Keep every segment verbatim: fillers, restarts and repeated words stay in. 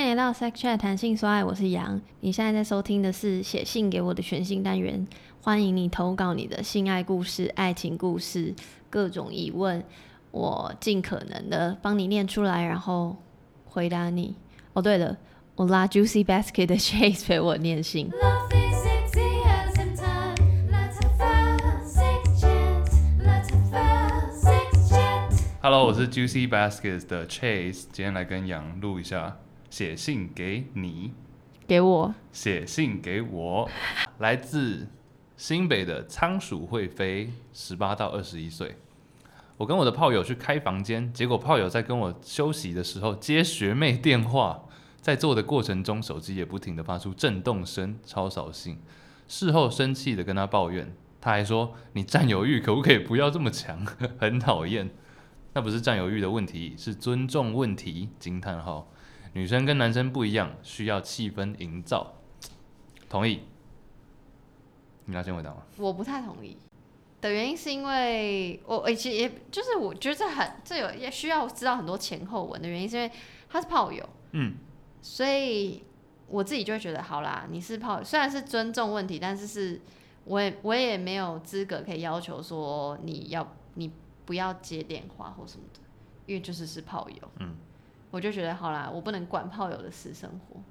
迎来到 Sex Chat 谈性说爱，我是杨。你现在在收听的是写信给我的全新单元，欢迎你投稿你的性爱故事、爱情故事、各种疑问，我尽可能的帮你念出来，然后回答你。哦，对了，我拉 Juicy Basket 的 Chase 陪我念信。 Hello， 我是 Juicy Baskets 的 Chase， 今天来跟杨录一下写信给你， 给我写信给我，来自新北的仓鼠会飞，十八到二十一岁。我跟我的炮友去开房间，结果炮友在跟我休息的时候接学妹电话，在做的过程中，手机也不停的发出震动声，超扫兴。事后生气的跟他抱怨，他还说：“你占有欲可不可以不要这么强？很讨厌。”那不是占有欲的问题，是尊重问题！惊叹号！女生跟男生不一样，需要气氛营造。同意？你要先回答吗？ 我不太同意的原因是因为我其实也就是我觉得这很这有也需要知道很多前后文的原因，是因为他是炮友，嗯，所以我自己就会觉得好啦，你是炮友，虽然是尊重问题，但是是我也我也没有资格可以要求说你要你。不要接电话或什么的，因为就是是炮友，嗯，我就觉得好啦，我不能管炮友的私生活。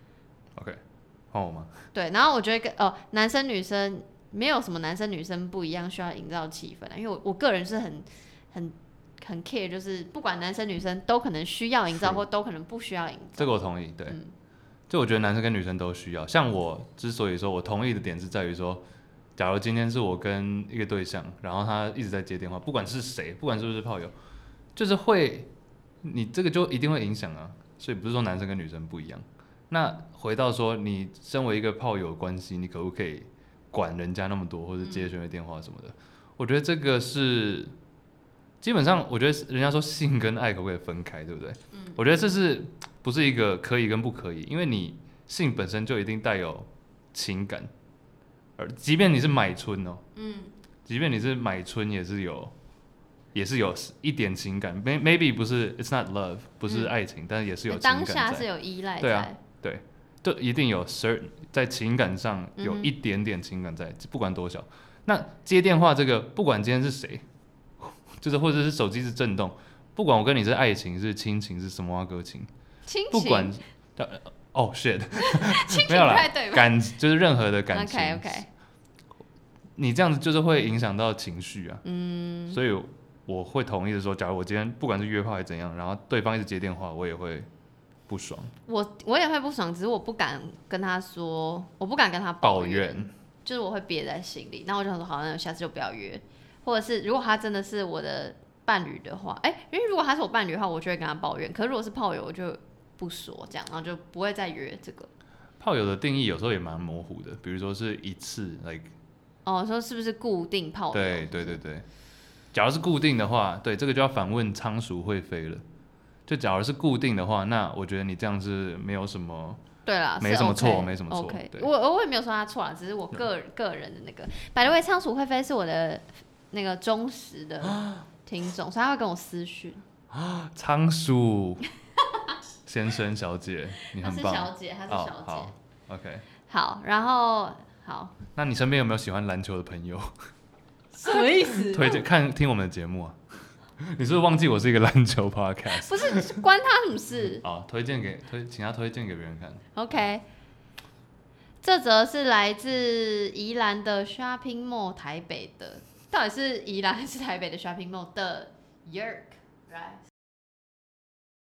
OK， 换我吗？ 对，然后我觉得哦，男生女生没有什么男生女生不一样，需要营造气氛，因为我我个人是很很很 care， 就是不管男生女生都可能需要营造，或都可能不需要营造。 这个我同意，对，嗯，就我觉得男生跟女生都需要。像我之所以说我同意的点是在于说。假如今天是我跟一个对象，然后他一直在接电话，不管是谁，不管是不是炮友，就是会，你这个就一定会影响啊。所以不是说男生跟女生不一样。那回到说，你身为一个炮友关系，你可不可以管人家那么多，或者接学妹电话什么的？嗯、我觉得这个是基本上，我觉得人家说性跟爱可不可以分开，对不对？嗯、我觉得这是不是一个可以跟不可以？因为你性本身就一定带有情感。而即便你是买春哦，嗯，即便你是买春，也是有，也是有一点情感 ，maybe 不是 ，it's not love， 不是爱情，嗯、但是也是有情感在。 当下是有依赖在。 对啊，对，就一定有 certain 在情感上有一点点情感在，嗯、不管多小。那接电话这个，不管今天是谁，就是或者是手机是震动，不管我跟你是爱情是亲情是什么歌情， 亲情， 不管。哦、oh, shit， 没有啦， 感就是任何的感情。 OK OK， 你这样子就是会影响到情绪啊。嗯，所以我会同意的说，假如我今天不管是约炮还是怎样，然后对方一直接电话，我也会不爽。 我我也会不爽，只是我不敢跟他说，我不敢跟他抱怨，抱怨就是我会憋在心里。那我就想说，好，那下次就不要约。或者是如果他真的是我的伴侣的话，哎、欸，因为如果他是我伴侣的话，我就会跟他抱怨。可是如果是炮友，我就不说这样，然后就不会再约这个。 炮友的定义有时候也蛮模糊的，比如说是一次 like 哦，说是不是固定炮友？ 对对对对，假如是固定的话，对这个就要反问仓鼠会飞了。就假如是固定的话，那我觉得你这样是没有什么， 对啦， 没什么错， OK, 没什么错。 OK， 我我也没有说他错啦，只是我个个人的那个。by the way， 仓鼠会飞是我的那个忠实的听众，所以他会跟我私讯。 仓鼠。先生小姐，你很棒。 她是小姐，她是小姐。Oh, 好 ，OK。 好，然后好。 那你身边有没有喜欢篮球的朋友？ 什么意思？ 推荐看听我们的节目啊。你是不是忘记我是一个篮球 podcast？ 不是，关他什么事？ 好，推荐给推，请他推荐给别人看。 OK。这则是来自宜兰的 Shopping Mall 台北的，到底是宜兰还是台北的 Shopping Mall 的 Yerk？Right？